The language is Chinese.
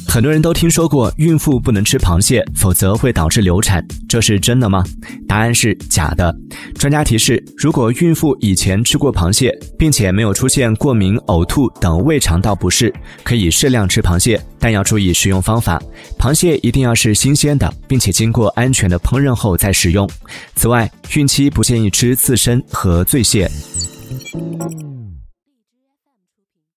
很多人都听说过孕妇不能吃螃蟹，否则会导致流产，这是真的吗？答案是假的。专家提示，如果孕妇以前吃过螃蟹，并且没有出现过敏、呕吐等胃肠道不适，可以适量吃螃蟹，但要注意食用方法。螃蟹一定要是新鲜的，并且经过安全的烹饪后再食用。此外，孕期不建议吃刺身和醉蟹。